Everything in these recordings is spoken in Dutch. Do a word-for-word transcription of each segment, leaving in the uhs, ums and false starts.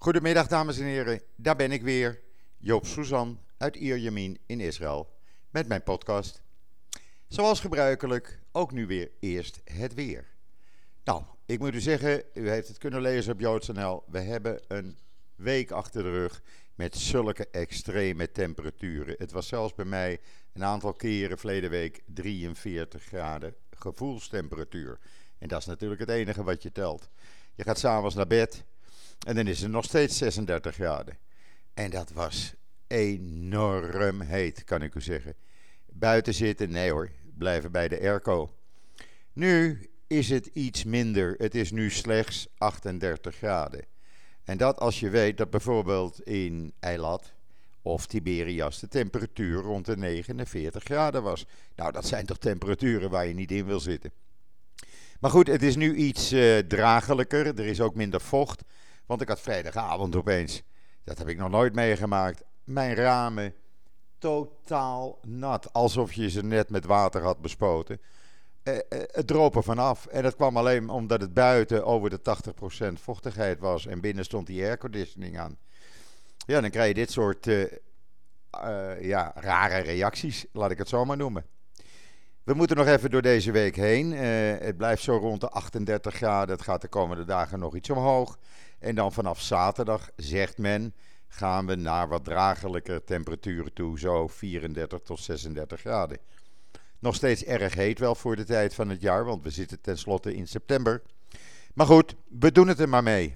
Goedemiddag dames en heren, daar ben ik weer, Joop Suzan uit Ierjemien in Israël, met mijn podcast. Zoals gebruikelijk, ook nu weer eerst het weer. Nou, ik moet u zeggen, u heeft het kunnen lezen op Joods punt n l, we hebben een week achter de rug met zulke extreme temperaturen. Het was zelfs bij mij een aantal keren verleden week drieënveertig graden gevoelstemperatuur. En dat is natuurlijk het enige wat je telt. Je gaat s'avonds naar bed en dan is het nog steeds zesendertig graden. En dat was enorm heet, kan ik u zeggen. Buiten zitten, nee hoor, blijven bij de airco. Nu is het iets minder. Het is nu slechts achtendertig graden. En dat als je weet dat bijvoorbeeld in Eilat of Tiberias de temperatuur rond de negenenveertig graden was. Nou, dat zijn toch temperaturen waar je niet in wil zitten. Maar goed, het is nu iets uh, dragelijker. Er is ook minder vocht. Want ik had vrijdagavond opeens, dat heb ik nog nooit meegemaakt, mijn ramen totaal nat. Alsof je ze net met water had bespoten. Uh, uh, het droop er vanaf. En dat kwam alleen omdat het buiten over de tachtig procent vochtigheid was. En binnen stond die airconditioning aan. Ja, dan krijg je dit soort uh, uh, ja, rare reacties, laat ik het zo maar noemen. We moeten nog even door deze week heen. Uh, het blijft zo rond de achtendertig graden. Het gaat de komende dagen nog iets omhoog. En dan vanaf zaterdag, zegt men, gaan we naar wat dragelijker temperaturen toe. Zo vierendertig tot zesendertig graden. Nog steeds erg heet wel voor de tijd van het jaar, want we zitten tenslotte in september. Maar goed, we doen het er maar mee.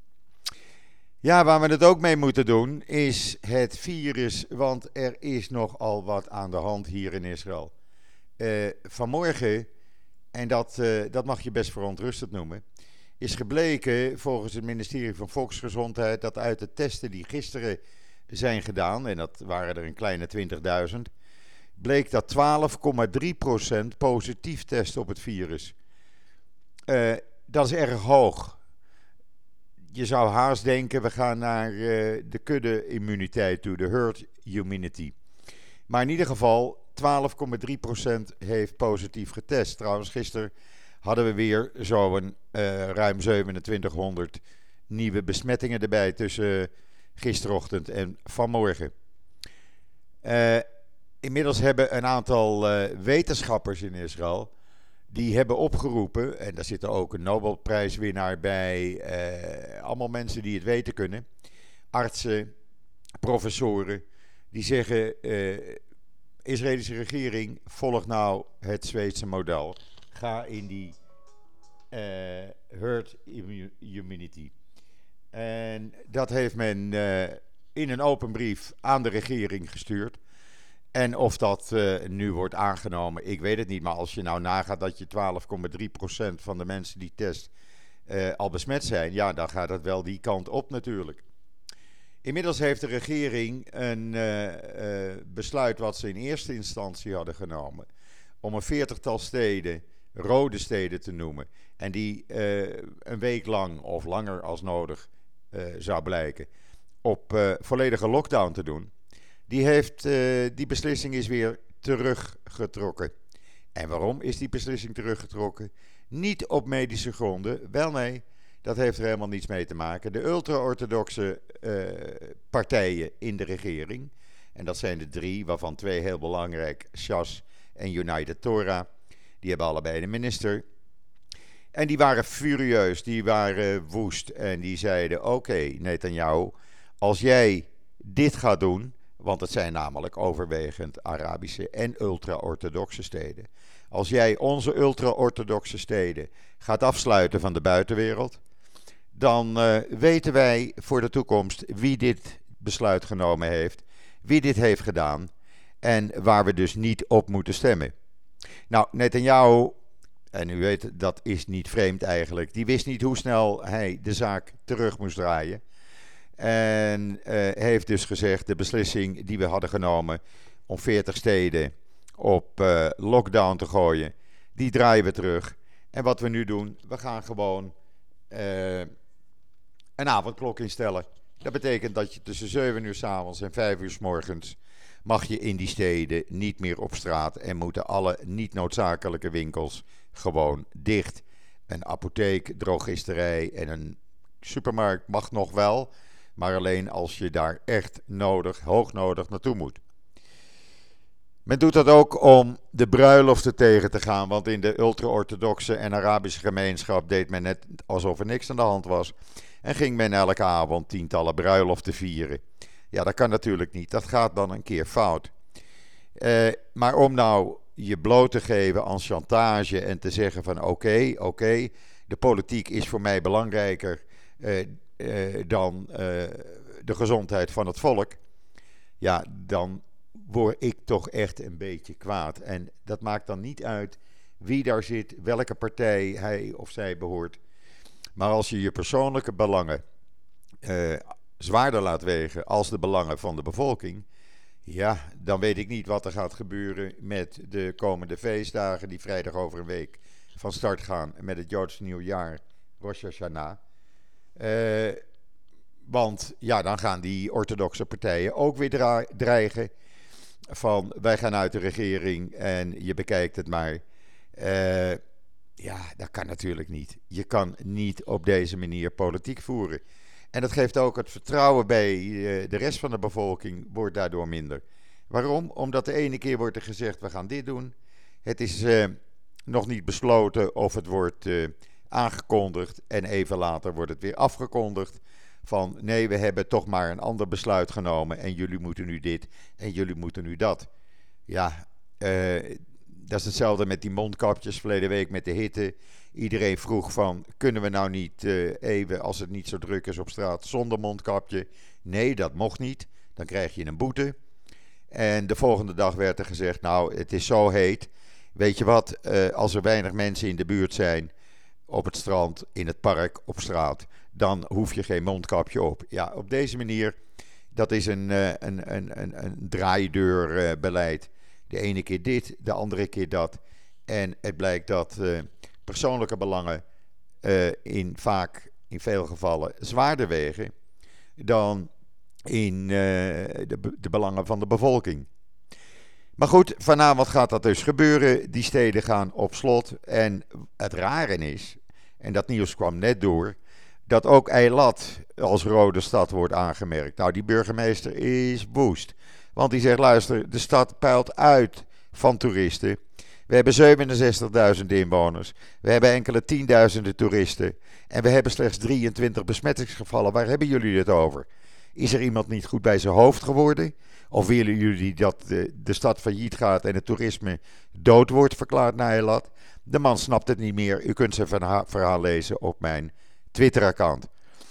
Ja, waar we het ook mee moeten doen is het virus, want er is nogal wat aan de hand hier in Israël. Uh, vanmorgen, en dat, uh, dat mag je best verontrustend noemen, is gebleken volgens het ministerie van Volksgezondheid dat uit de testen die gisteren zijn gedaan, en dat waren er een kleine twintigduizend, bleek dat twaalf komma drie procent positief test op het virus. Uh, dat is erg hoog. Je zou haast denken, we gaan naar uh, de kudde-immuniteit toe, de herd immunity. Maar in ieder geval, twaalf komma drie procent heeft positief getest. Trouwens, gisteren hadden we weer zo'n uh, ruim zevenentwintighonderd nieuwe besmettingen erbij tussen gisterochtend en vanmorgen. Uh, inmiddels hebben een aantal uh, wetenschappers in Israël, die hebben opgeroepen, en daar zit er ook een Nobelprijswinnaar bij, uh, allemaal mensen die het weten kunnen, artsen, professoren, die zeggen, uh, Israëlische regering, volg nou het Zweedse model. Ga in die uh, herd immunity. En dat heeft men uh, in een open brief aan de regering gestuurd. En of dat uh, nu wordt aangenomen, ik weet het niet. Maar als je nou nagaat dat je twaalf komma drie procent van de mensen die test uh, al besmet zijn, ja, dan gaat het wel die kant op natuurlijk. Inmiddels heeft de regering een uh, uh, besluit wat ze in eerste instantie hadden genomen om een veertigtal steden, rode steden te noemen. En die uh, een week lang of langer als nodig uh, zou blijken op uh, volledige lockdown te doen. Die, heeft, uh, die beslissing is weer teruggetrokken. En waarom is die beslissing teruggetrokken? Niet op medische gronden, wel nee. Dat heeft er helemaal niets mee te maken. De ultra-orthodoxe uh, partijen in de regering, en dat zijn de drie, waarvan twee heel belangrijk, Shas en United Torah, die hebben allebei de minister. En die waren furieus, die waren woest en die zeiden, oké, okay, Netanyahu, als jij dit gaat doen, want het zijn namelijk overwegend Arabische en ultra-orthodoxe steden. Als jij onze ultra-orthodoxe steden gaat afsluiten van de buitenwereld, dan uh, weten wij voor de toekomst wie dit besluit genomen heeft, wie dit heeft gedaan en waar we dus niet op moeten stemmen. Nou, Netanyahu, en u weet, dat is niet vreemd eigenlijk, die wist niet hoe snel hij de zaak terug moest draaien. En uh, heeft dus gezegd, de beslissing die we hadden genomen om veertig steden op uh, lockdown te gooien, die draaien we terug. En wat we nu doen, we gaan gewoon uh, een avondklok instellen. Dat betekent dat je tussen zeven uur 's avonds en vijf uur 's morgens mag je in die steden niet meer op straat en moeten alle niet noodzakelijke winkels gewoon dicht. Een apotheek, drogisterij en een supermarkt mag nog wel, maar alleen als je daar echt nodig, hoognodig naartoe moet. Men doet dat ook om de bruiloften tegen te gaan, want in de ultra-orthodoxe en Arabische gemeenschap deed men net alsof er niks aan de hand was. En ging men elke avond tientallen bruiloften vieren. Ja, dat kan natuurlijk niet, dat gaat dan een keer fout. Uh, maar om nou je bloot te geven aan chantage en te zeggen van oké, okay, oké, okay, de politiek is voor mij belangrijker uh, uh, dan uh, de gezondheid van het volk. Ja, dan word ik toch echt een beetje kwaad. En dat maakt dan niet uit wie daar zit, welke partij hij of zij behoort. Maar als je je persoonlijke belangen uh, zwaarder laat wegen als de belangen van de bevolking, ja, dan weet ik niet wat er gaat gebeuren met de komende feestdagen die vrijdag over een week van start gaan met het Joodse nieuwjaar, Rosh Hashanah. Uh, want ja, dan gaan die orthodoxe partijen ook weer dra- dreigen van wij gaan uit de regering en je bekijkt het maar. Uh, ja, dat kan natuurlijk niet. Je kan niet op deze manier politiek voeren. En dat geeft ook het vertrouwen bij uh, de rest van de bevolking wordt daardoor minder. Waarom? Omdat de ene keer wordt er gezegd we gaan dit doen. Het is uh, nog niet besloten of het wordt uh, aangekondigd en even later wordt het weer afgekondigd. Van nee, we hebben toch maar een ander besluit genomen en jullie moeten nu dit en jullie moeten nu dat. Ja, uh, dat is hetzelfde met die mondkapjes verleden week met de hitte. Iedereen vroeg van, kunnen we nou niet uh, even, als het niet zo druk is op straat, zonder mondkapje? Nee, dat mocht niet. Dan krijg je een boete. En de volgende dag werd er gezegd, nou, het is zo heet. Weet je wat, uh, als er weinig mensen in de buurt zijn, op het strand, in het park, op straat, dan hoef je geen mondkapje op. Ja, op deze manier, dat is een, uh, een, een, een, een draaideurbeleid. De ene keer dit, de andere keer dat. En het blijkt dat uh, persoonlijke belangen uh, in vaak, in veel gevallen, zwaarder wegen dan in uh, de, de belangen van de bevolking. Maar goed, vanavond gaat dat dus gebeuren. Die steden gaan op slot. En het rare is, en dat nieuws kwam net door, dat ook Eilat als rode stad wordt aangemerkt. Nou, die burgemeester is woest. Want die zegt, luister, de stad peilt uit van toeristen. We hebben zevenenzestigduizend inwoners. We hebben enkele tienduizenden toeristen. En we hebben slechts drieëntwintig besmettingsgevallen. Waar hebben jullie het over? Is er iemand niet goed bij zijn hoofd geworden? Of willen jullie dat de, de stad failliet gaat en het toerisme dood wordt verklaard naar Eilat? De man snapt het niet meer. U kunt zijn verhaal lezen op mijn Twitter-account.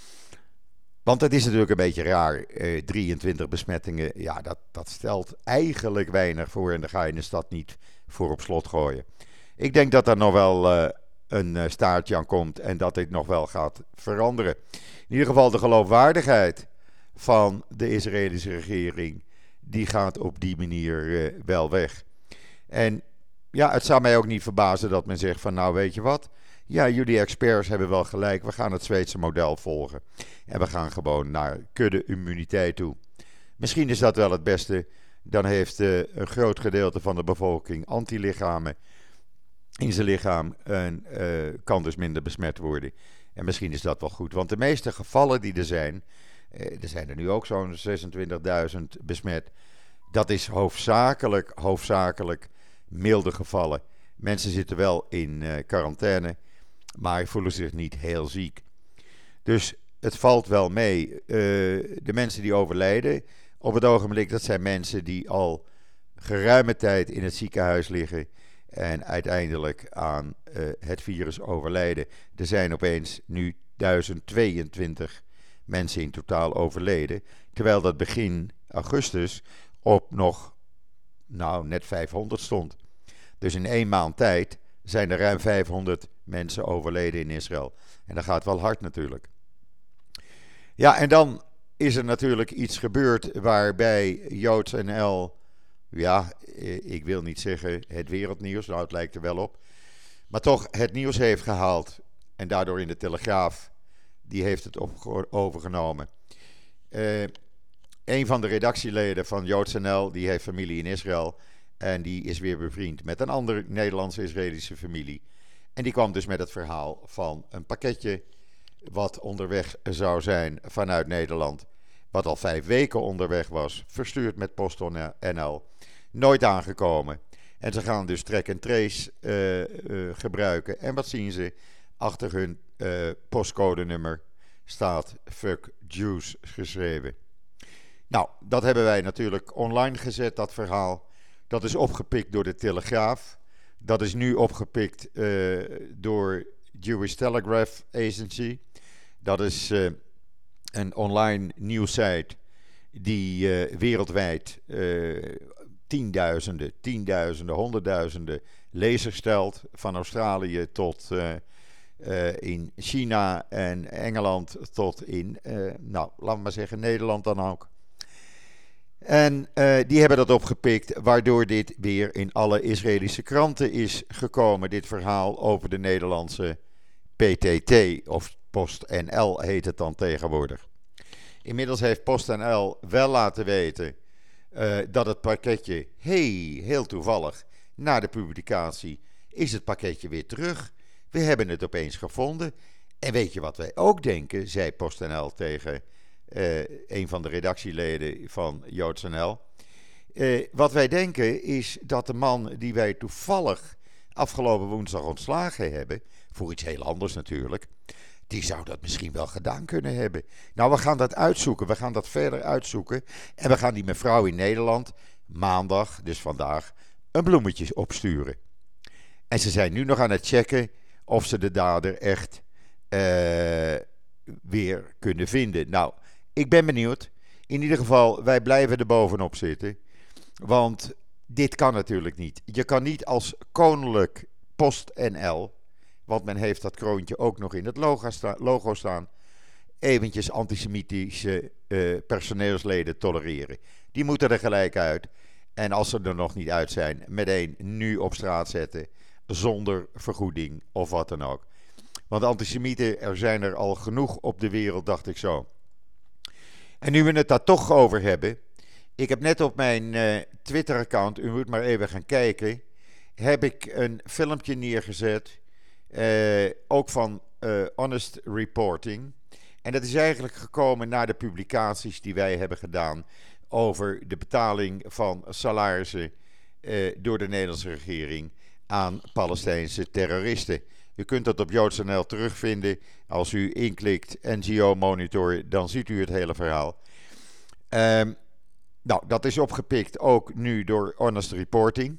Want het is natuurlijk een beetje raar. Eh, drieëntwintig besmettingen, ja, dat, dat stelt eigenlijk weinig voor. En dan ga je de stad niet voor op slot gooien. Ik denk dat er nog wel uh, een uh, staartje aan komt en dat dit nog wel gaat veranderen. In ieder geval de geloofwaardigheid van de Israëlische regering, die gaat op die manier uh, wel weg. En ja, het zou mij ook niet verbazen dat men zegt van nou weet je wat, ja, jullie experts hebben wel gelijk, we gaan het Zweedse model volgen. En we gaan gewoon naar kudde-immuniteit toe. Misschien is dat wel het beste. Dan heeft uh, een groot gedeelte van de bevolking antilichamen in zijn lichaam en uh, kan dus minder besmet worden. En misschien is dat wel goed, want de meeste gevallen die er zijn, uh, er zijn er nu ook zo'n zesentwintigduizend besmet, dat is hoofdzakelijk, hoofdzakelijk milde gevallen. Mensen zitten wel in uh, quarantaine, maar voelen zich niet heel ziek. Dus het valt wel mee. Uh, de mensen die overlijden op het ogenblik, dat zijn mensen die al geruime tijd in het ziekenhuis liggen en uiteindelijk aan uh, het virus overlijden. Er zijn opeens nu duizend tweeëntwintig mensen in totaal overleden, terwijl dat begin augustus op nog, nou, net vijfhonderd stond. Dus in één maand tijd zijn er ruim vijfhonderd mensen overleden in Israël. En dat gaat wel hard natuurlijk. Ja, en dan is er natuurlijk iets gebeurd waarbij Joods N L, ja, ik wil niet zeggen het wereldnieuws, nou het lijkt er wel op, maar toch het nieuws heeft gehaald en daardoor in de Telegraaf, die heeft het op, overgenomen. Uh, een van de redactieleden van Joods N L, die heeft familie in Israël en die is weer bevriend met een andere Nederlands-Israëlische familie. En die kwam dus met het verhaal van een pakketje wat onderweg zou zijn vanuit Nederland wat al vijf weken onderweg was, verstuurd met PostNL, nooit aangekomen. En ze gaan dus track and trace uh, uh, gebruiken. En wat zien ze? Achter hun uh, postcodenummer staat fuck Jews geschreven. Nou, dat hebben wij natuurlijk online gezet, dat verhaal. Dat is opgepikt door de Telegraaf. Dat is nu opgepikt uh, door Jewish Telegraph Agency. Dat is uh, een online nieuwssite die uh, wereldwijd uh, tienduizenden, tienduizenden, honderdduizenden lezers stelt. Van Australië tot uh, uh, in China en Engeland tot in, uh, nou, laten we maar zeggen, Nederland dan ook. En uh, die hebben dat opgepikt, waardoor dit weer in alle Israëlische kranten is gekomen. Dit verhaal over de Nederlandse P T T, of PostNL heet het dan tegenwoordig. Inmiddels heeft PostNL wel laten weten uh, dat het pakketje, hey, heel toevallig, na de publicatie is het pakketje weer terug. We hebben het opeens gevonden. En weet je wat wij ook denken, zei PostNL tegen uh, een van de redactieleden van Joods N L. Uh, wat wij denken is dat de man die wij toevallig afgelopen woensdag ontslagen hebben, voor iets heel anders natuurlijk, die zou dat misschien wel gedaan kunnen hebben. Nou, we gaan dat uitzoeken. We gaan dat verder uitzoeken. En we gaan die mevrouw in Nederland maandag, dus vandaag, een bloemetje opsturen. En ze zijn nu nog aan het checken of ze de dader echt uh, weer kunnen vinden. Nou, ik ben benieuwd. In ieder geval, wij blijven er bovenop zitten. Want dit kan natuurlijk niet. Je kan niet als koninklijk PostNL, want men heeft dat kroontje ook nog in het logo, sta- logo staan, eventjes antisemitische uh, personeelsleden tolereren. Die moeten er gelijk uit. En als ze er nog niet uit zijn, meteen nu op straat zetten, zonder vergoeding of wat dan ook. Want antisemieten, er zijn er al genoeg op de wereld, dacht ik zo. En nu we het daar toch over hebben, ik heb net op mijn uh, Twitter-account, u moet maar even gaan kijken, heb ik een filmpje neergezet, uh, ook van uh, Honest Reporting. En dat is eigenlijk gekomen na de publicaties die wij hebben gedaan over de betaling van salarissen uh, door de Nederlandse regering aan Palestijnse terroristen. U kunt dat op Joods N L terugvinden. Als u inklikt N G O Monitor, dan ziet u het hele verhaal. Um, nou, dat is opgepikt ook nu door Honest Reporting.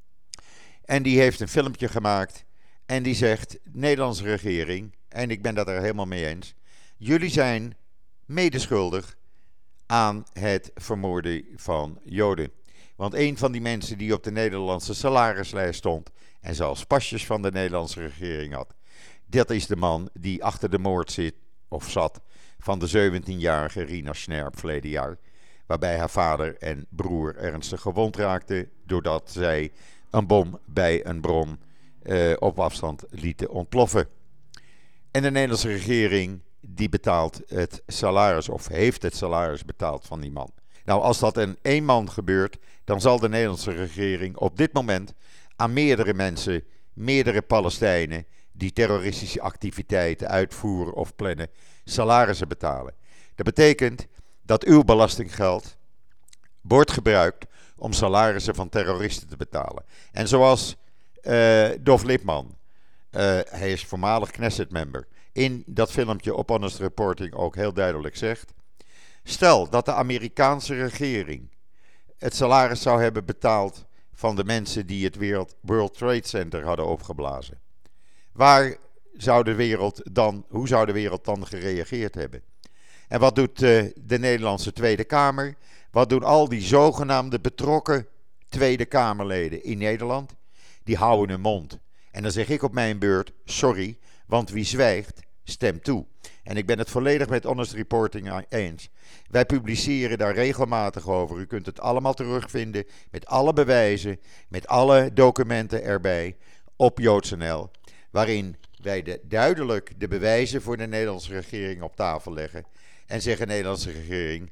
En die heeft een filmpje gemaakt. En die zegt, de Nederlandse regering, en ik ben dat er helemaal mee eens, jullie zijn medeschuldig aan het vermoorden van Joden. Want een van die mensen die op de Nederlandse salarislijst stond en zelfs pasjes van de Nederlandse regering had, dat is de man die achter de moord zit, of zat, van de zeventienjarige Rina Snerp verleden jaar, waarbij haar vader en broer ernstig gewond raakten doordat zij een bom bij een bron uh, op afstand lieten ontploffen. En de Nederlandse regering die betaalt het salaris, of heeft het salaris betaald van die man. Nou, als dat in één man gebeurt, dan zal de Nederlandse regering op dit moment aan meerdere mensen, meerdere Palestijnen die terroristische activiteiten uitvoeren of plannen, salarissen betalen. Dat betekent dat uw belastinggeld wordt gebruikt om salarissen van terroristen te betalen. En zoals uh, Dov Lipman, uh, hij is voormalig Knesset-member, in dat filmpje op Honest Reporting ook heel duidelijk zegt, stel dat de Amerikaanse regering het salaris zou hebben betaald van de mensen die het World, World Trade Center hadden opgeblazen. Waar zou de wereld dan, hoe zou de wereld dan gereageerd hebben? En wat doet uh, de Nederlandse Tweede Kamer? Wat doen al die zogenaamde betrokken Tweede Kamerleden in Nederland? Die houden hun mond. En dan zeg ik op mijn beurt, sorry, want wie zwijgt, stemt toe. En ik ben het volledig met Honest Reporting eens. Wij publiceren daar regelmatig over. U kunt het allemaal terugvinden met alle bewijzen, met alle documenten erbij op Joods N L, waarin wij de, duidelijk de bewijzen voor de Nederlandse regering op tafel leggen en zeggen, Nederlandse regering,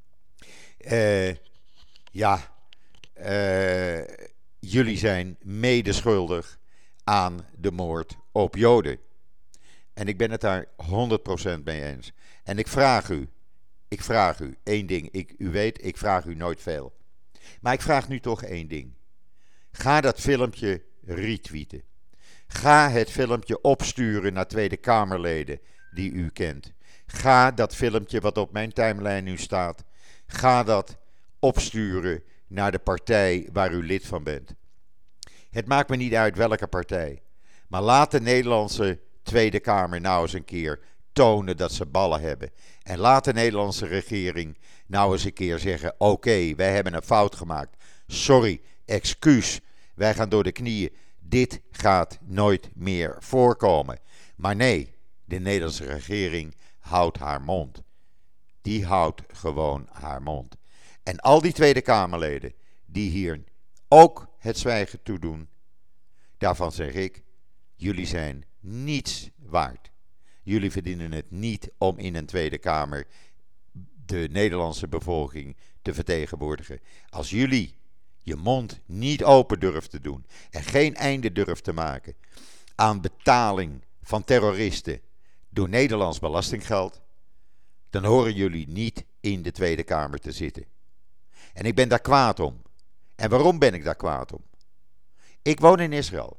uh, ja, uh, jullie zijn medeschuldig aan de moord op Joden. En ik ben het daar honderd procent mee eens. En ik vraag u, ik vraag u één ding. Ik, u weet, ik vraag u nooit veel. Maar ik vraag nu toch één ding. Ga dat filmpje retweeten. Ga het filmpje opsturen naar Tweede Kamerleden die u kent. Ga dat filmpje wat op mijn timeline nu staat, ga dat opsturen naar de partij waar u lid van bent. Het maakt me niet uit welke partij. Maar laat de Nederlandse Tweede Kamer nou eens een keer tonen dat ze ballen hebben. En laat de Nederlandse regering nou eens een keer zeggen, oké, okay, wij hebben een fout gemaakt. Sorry, excuus, wij gaan door de knieën. Dit gaat nooit meer voorkomen. Maar nee, de Nederlandse regering houdt haar mond. Die houdt gewoon haar mond. En al die Tweede Kamerleden die hier ook het zwijgen toedoen, daarvan zeg ik, jullie zijn niets waard. Jullie verdienen het niet om in een Tweede Kamer de Nederlandse bevolking te vertegenwoordigen. Als jullie je mond niet open durft te doen en geen einde durft te maken aan betaling van terroristen door Nederlands belastinggeld, dan horen jullie niet in de Tweede Kamer te zitten. En ik ben daar kwaad om. En waarom ben ik daar kwaad om? Ik woon in Israël.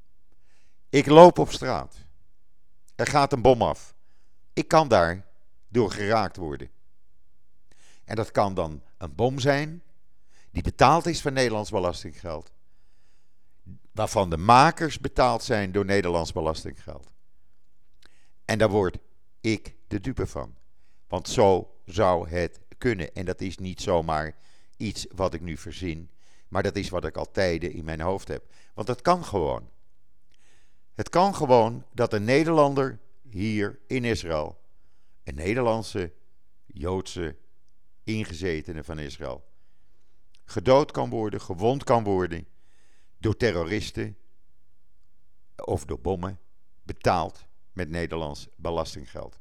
Ik loop op straat. Er gaat een bom af. Ik kan daar door geraakt worden. En dat kan dan een bom zijn die betaald is van Nederlands belastinggeld. Waarvan de makers betaald zijn door Nederlands belastinggeld. En daar word ik de dupe van. Want zo zou het kunnen. En dat is niet zomaar iets wat ik nu verzin. Maar dat is wat ik al tijden in mijn hoofd heb. Want het kan gewoon. Het kan gewoon dat een Nederlander hier in Israël, een Nederlandse, Joodse ingezetene van Israël, gedood kan worden, gewond kan worden door terroristen of door bommen, betaald met Nederlands belastinggeld.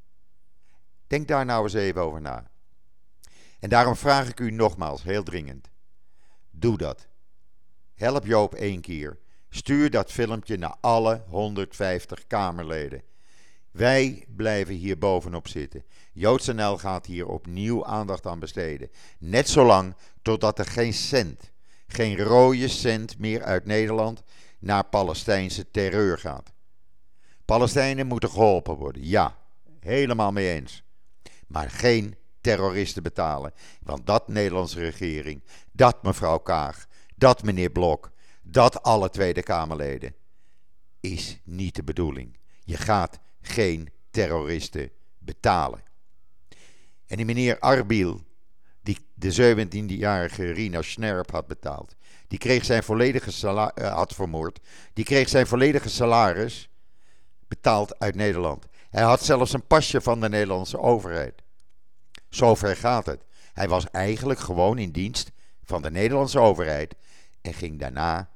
Denk daar nou eens even over na. En daarom vraag ik u nogmaals, heel dringend, doe dat. Help Joop één keer. Stuur dat filmpje naar alle honderdvijftig Kamerleden. Wij blijven hier bovenop zitten. JoodsNL gaat hier opnieuw aandacht aan besteden. Net zolang totdat er geen cent, geen rode cent meer uit Nederland naar Palestijnse terreur gaat. Palestijnen moeten geholpen worden, ja, helemaal mee eens. Maar geen terroristen betalen. Want dat Nederlandse regering, dat mevrouw Kaag, dat meneer Blok, dat alle Tweede Kamerleden, is niet de bedoeling. Je gaat geen terroristen betalen. En die meneer Arbil, die de zeventienjarige Rina Snerp had betaald, die kreeg zijn volledige salaris, uh, had vermoord, die kreeg zijn volledige salaris betaald uit Nederland. Hij had zelfs een pasje van de Nederlandse overheid. Zover gaat het. Hij was eigenlijk gewoon in dienst van de Nederlandse overheid en ging daarna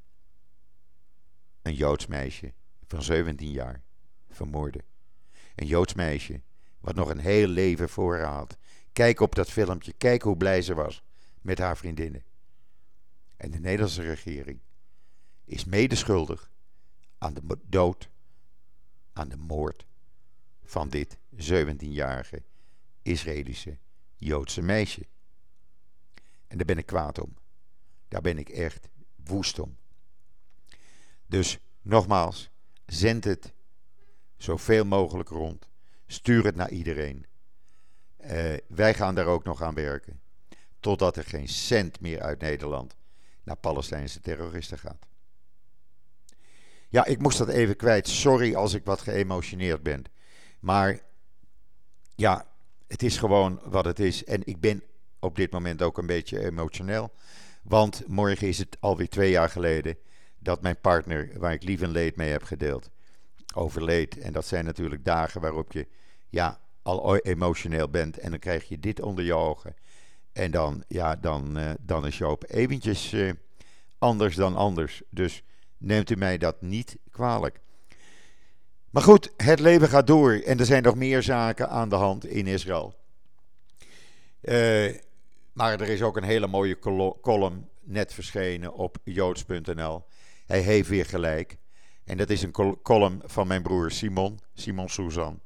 een Joods meisje van zeventien jaar vermoorden. Een Joods meisje wat nog een heel leven voor haar had. Kijk op dat filmpje, kijk hoe blij ze was met haar vriendinnen. En de Nederlandse regering is medeschuldig aan de dood, aan de moord van dit zeventienjarige Israëlische Joodse meisje. En daar ben ik kwaad om. Daar ben ik echt woest om. Dus nogmaals, zend het zoveel mogelijk rond. Stuur het naar iedereen. Uh, wij gaan daar ook nog aan werken. Totdat er geen cent meer uit Nederland naar Palestijnse terroristen gaat. Ja, ik moest dat even kwijt. Sorry als ik wat geëmotioneerd ben. Maar ja, het is gewoon wat het is. En ik ben op dit moment ook een beetje emotioneel. Want morgen is het alweer twee jaar geleden dat mijn partner, waar ik lief en leed mee heb gedeeld, overleed. En dat zijn natuurlijk dagen waarop je ja, al emotioneel bent. En dan krijg je dit onder je ogen. En dan, ja, dan, uh, dan is Joop eventjes uh, anders dan anders. Dus neemt u mij dat niet kwalijk. Maar goed, het leven gaat door. En er zijn nog meer zaken aan de hand in Israël. Uh, maar er is ook een hele mooie column net verschenen op joods punt n l. Hij heeft weer gelijk. En dat is een column van mijn broer Simon, Simon Souzan.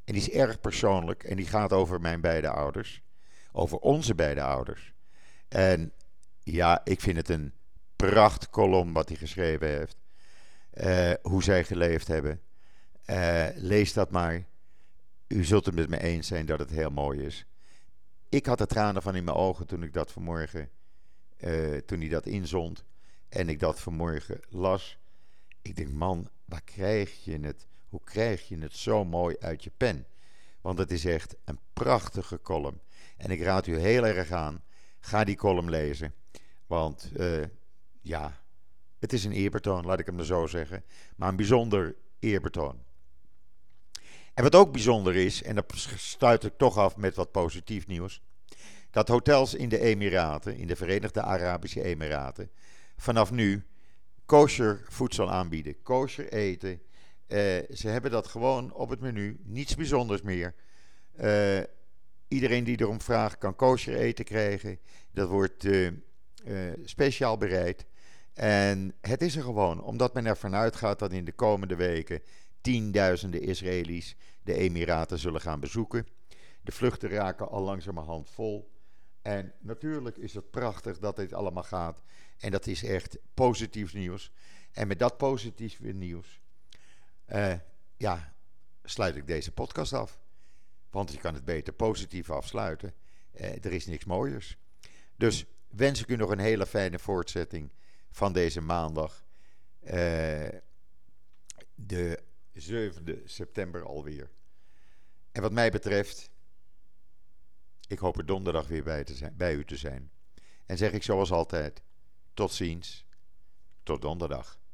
En die is erg persoonlijk en die gaat over mijn beide ouders. Over onze beide ouders. En ja, ik vind het een prachtkolom wat hij geschreven heeft. Uh, hoe zij geleefd hebben. Uh, lees dat maar. U zult het met me eens zijn dat het heel mooi is. Ik had er tranen van in mijn ogen toen ik dat vanmorgen, uh, toen hij dat inzond. En ik dat vanmorgen las. Ik denk, man, waar krijg je het? Hoe krijg je het zo mooi uit je pen? Want het is echt een prachtige column. En ik raad u heel erg aan. Ga die column lezen. Want uh, ja, het is een eerbetoon, laat ik hem maar zo zeggen. Maar een bijzonder eerbetoon. En wat ook bijzonder is, en dat sluit ik toch af met wat positief nieuws. Dat hotels in de Emiraten, in de Verenigde Arabische Emiraten, vanaf nu kosher voedsel aanbieden. Kosher eten. Uh, ze hebben dat gewoon op het menu. Niets bijzonders meer. Uh, iedereen die erom vraagt kan kosher eten krijgen. Dat wordt uh, uh, speciaal bereid. En het is er gewoon, omdat men ervan uitgaat dat in de komende weken tienduizenden Israëli's de Emiraten zullen gaan bezoeken. De vluchten raken al langzamerhand vol. En natuurlijk is het prachtig dat dit allemaal gaat. En dat is echt positief nieuws. En met dat positieve nieuws, uh, ja, sluit ik deze podcast af. Want je kan het beter positief afsluiten. Uh, er is niks mooiers. Dus wens ik u nog een hele fijne voortzetting van deze maandag. Uh, de zevende september alweer. En wat mij betreft, ik hoop er donderdag weer bij, te zijn, bij u te zijn. En zeg ik zoals altijd, tot ziens, tot donderdag.